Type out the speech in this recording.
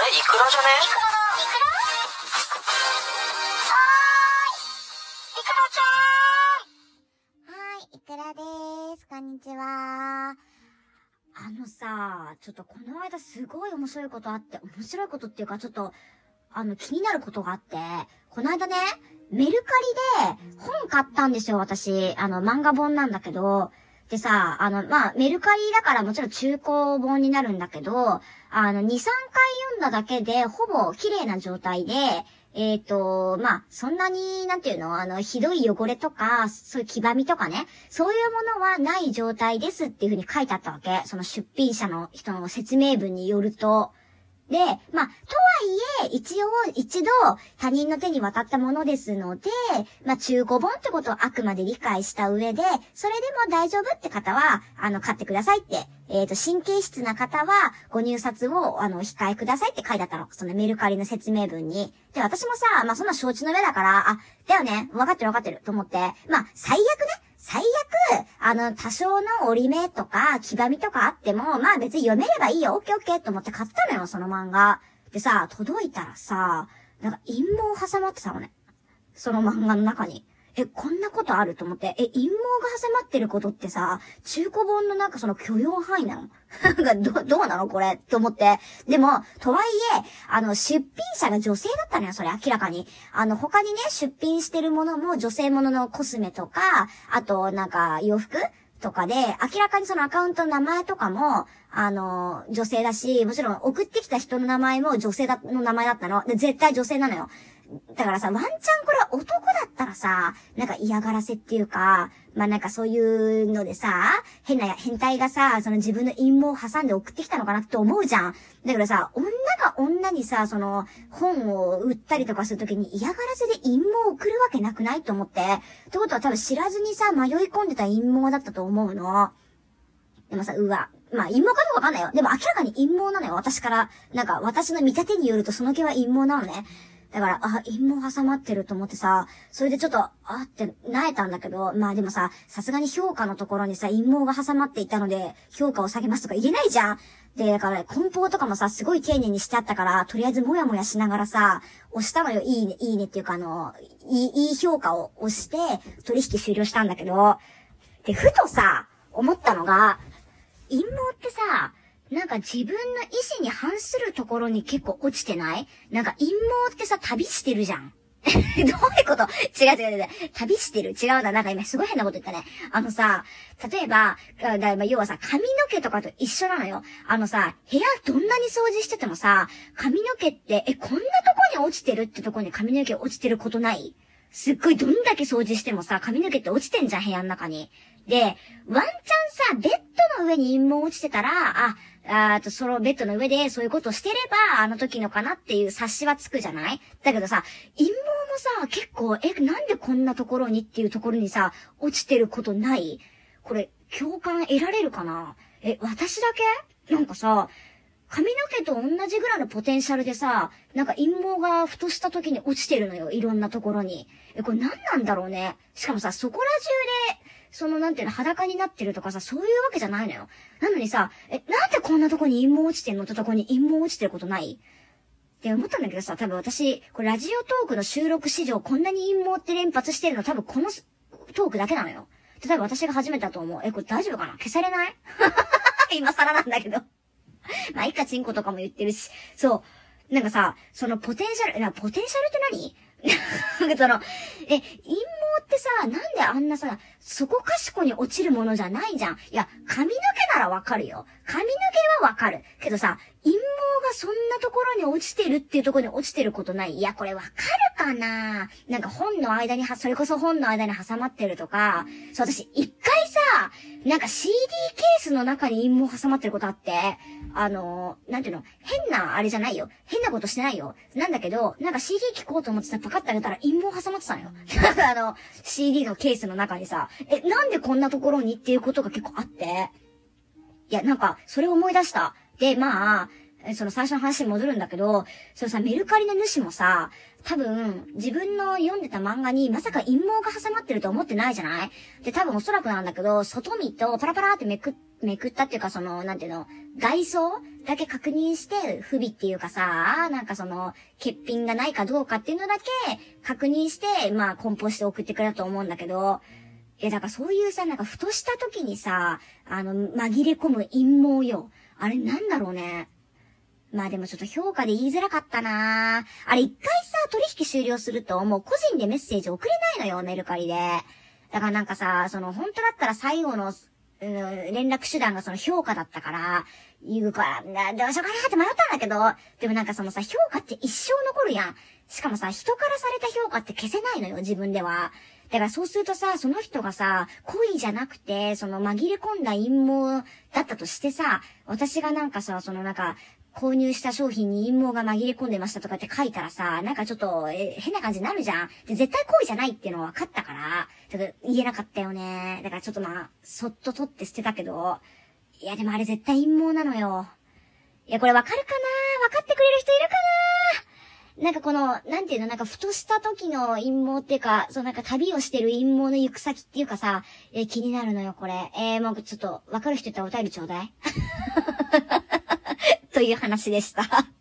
れイクラじゃね？ イクラだ。イクラ？はーい。イクラちゃーん。はーい、イクラでーす。こんにちは。ちょっとこの間すごい面白いことあって、面白いことっていうかちょっと、気になることがあって、この間ね、メルカリで本買ったんですよ、私。漫画本なんだけど、でさ、メルカリだからもちろん中古本になるんだけど、2、3回読んだだけで、ほぼ綺麗な状態で、そんなに、なんていうの、ひどい汚れとか、そういう黄ばみとかね、そういうものはない状態ですっていう風に書いてあったわけ。その出品者の人の説明文によると。で、とはいえ、一度他人の手に渡ったものですので、中古本ってことをあくまで理解した上で、それでも大丈夫って方は、買ってくださいって、神経質な方は、ご入札を、控えくださいって書いてあったの。そのメルカリの説明文に。で、私もさ、そんな承知の上だから、だよね、わかってると思って、最悪、多少の折り目とか、黄ばみとかあっても、別に読めればいいよ、オッケーオッケーと思って買ったのよ、その漫画。でさ、届いたらさ、なんか陰謀挟まってたのね。その漫画の中に。こんなことあると思って。陰謀が挟まってることってさ、中古本のなんかその許容範囲なのどうなのこれと思って。でも、とはいえ、出品者が女性だったのよ、それ明らかに。他にね、出品してるものも女性もののコスメとか、あと、なんか、洋服とかで、明らかにそのアカウントの名前とかも、女性だし、もちろん送ってきた人の名前も女性の名前だったの。で、絶対女性なのよ。だからさ、ワンチャンこれ男だったらさ、なんか嫌がらせっていうか、なんかそういうのでさ、変態がさ、その自分の陰謀を挟んで送ってきたのかなって思うじゃん。だからさ、女が女にさ、その、本を売ったりとかするときに嫌がらせで陰謀を送るわけなくないと思って。ってことは多分知らずにさ、迷い込んでた陰謀だったと思うの。でもさ、陰謀かどうかわかんないよ。でも明らかに陰謀なのよ、私から。なんか、私の見立てによるとその気は陰謀なのね。だから、陰謀挟まってると思ってさ、それでちょっと、って萎えたんだけど、でもさ、さすがに評価のところにさ、陰謀が挟まっていたので、評価を下げますとか言えないじゃん。で、だから、梱包とかもさ、すごい丁寧にしてあったから、とりあえずもやもやしながらさ、押したのよ、いいねっていうかいい評価を押して、取引終了したんだけど、で、ふとさ、思ったのが、陰謀ってさ、なんか自分の意思に反するところに結構落ちてない？なんか陰謀ってさ、旅してるじゃん。どういうこと？違う。旅してる？違うな。なんか今すごい変なこと言ったね。例えば、要はさ、髪の毛とかと一緒なのよ。部屋どんなに掃除しててもさ、髪の毛って、こんなとこに落ちてるってとこに髪の毛落ちてることない？すっごいどんだけ掃除してもさ、髪の毛って落ちてんじゃん、部屋の中に。で、ワンチャンさ、ベッドの上に陰謀落ちてたら、そのベッドの上でそういうことをしてれば、あの時のかなっていう察しはつくじゃない？だけどさ、陰謀もさ、結構、なんでこんなところにっていうところにさ、落ちてることない？これ、共感得られるかな？私だけ？なんかさ、髪の毛と同じぐらいのポテンシャルでさ、なんか陰謀がふとした時に落ちてるのよ、いろんなところに。これ何なんだろうね。しかもさ、そこら中で、なんていうの、裸になってるとかさ、そういうわけじゃないのよ。なのにさ、なんでこんなとこに陰謀落ちてんのってとこに陰謀落ちてることないって思ったんだけどさ、多分私、これラジオトークの収録史上こんなに陰謀って連発してるの多分このトークだけなのよ。で、多分私が初めてだと思う。これ大丈夫かな？消されない今更なんだけど。いっかチンコとかも言ってるし。そう。なんかさ、そのポテンシャルって何？陰謀ってさ、なんであんなさ、そこかしこに落ちるものじゃないじゃん。いや、髪の毛ならわかるよ。髪の毛はわかる。けどさ、陰謀がそんなところに落ちてるっていうところに落ちてることない？いや、これわかるかな？なんかそれこそ本の間に挟まってるとか、そう、私一回さ、なんか CD ケースの中に陰謀挟まってることあって、なんていうの、変なあれじゃないよ。変なことしてないよ。なんだけど、なんか CD 聞こうと思ってさ、パカッてあげたら陰謀挟まってたのよ。なんかCD のケースの中にさ、なんでこんなところにっていうことが結構あって、いや、なんか、それを思い出した。で、 その最初の話に戻るんだけど、そのさ、メルカリの主もさ、多分、自分の読んでた漫画にまさか陰謀が挟まってると思ってないじゃない？で、多分おそらくなんだけど、外見とパラパラってめくったっていうか、その、なんていうの、外装だけ確認して、不備っていうかさ、なんかその、欠品がないかどうかっていうのだけ確認して、まあ、梱包して送ってくれたと思うんだけど、だからそういうさ、なんかふとした時にさ、紛れ込む陰謀よ。あれなんだろうね。まあでもちょっと評価で言いづらかったな。あれ一回さ、取引終了するともう個人でメッセージ送れないのよ、メルカリで。だからなんかさ、その本当だったら最後の、連絡手段がその評価だったから、言うから、どうしようかなって迷ったんだけど、でもなんかそのさ、評価って一生残るやん。しかもさ、人からされた評価って消せないのよ、自分では。だからそうするとさ、その人がさ、恋じゃなくて、その紛れ込んだ陰謀だったとしてさ、私がなんかさ、そのなんか、購入した商品に陰謀が紛れ込んでましたとかって書いたらさ、なんかちょっと、変な感じになるじゃん。で、絶対恋じゃないっていうのは分かったから、ちょっと言えなかったよね。だからちょっとまあ、そっと取って捨てたけど、いやでもあれ絶対陰謀なのよ。いや、これ分かるかな？分かってくれる人いるかな？なんかこの、なんていうの、なんかふとした時の陰謀っていうか、そうなんか旅をしてる陰謀の行く先っていうかさ、気になるのよ、これ。もうちょっと、分かる人いたらお便りちょうだい。という話でした。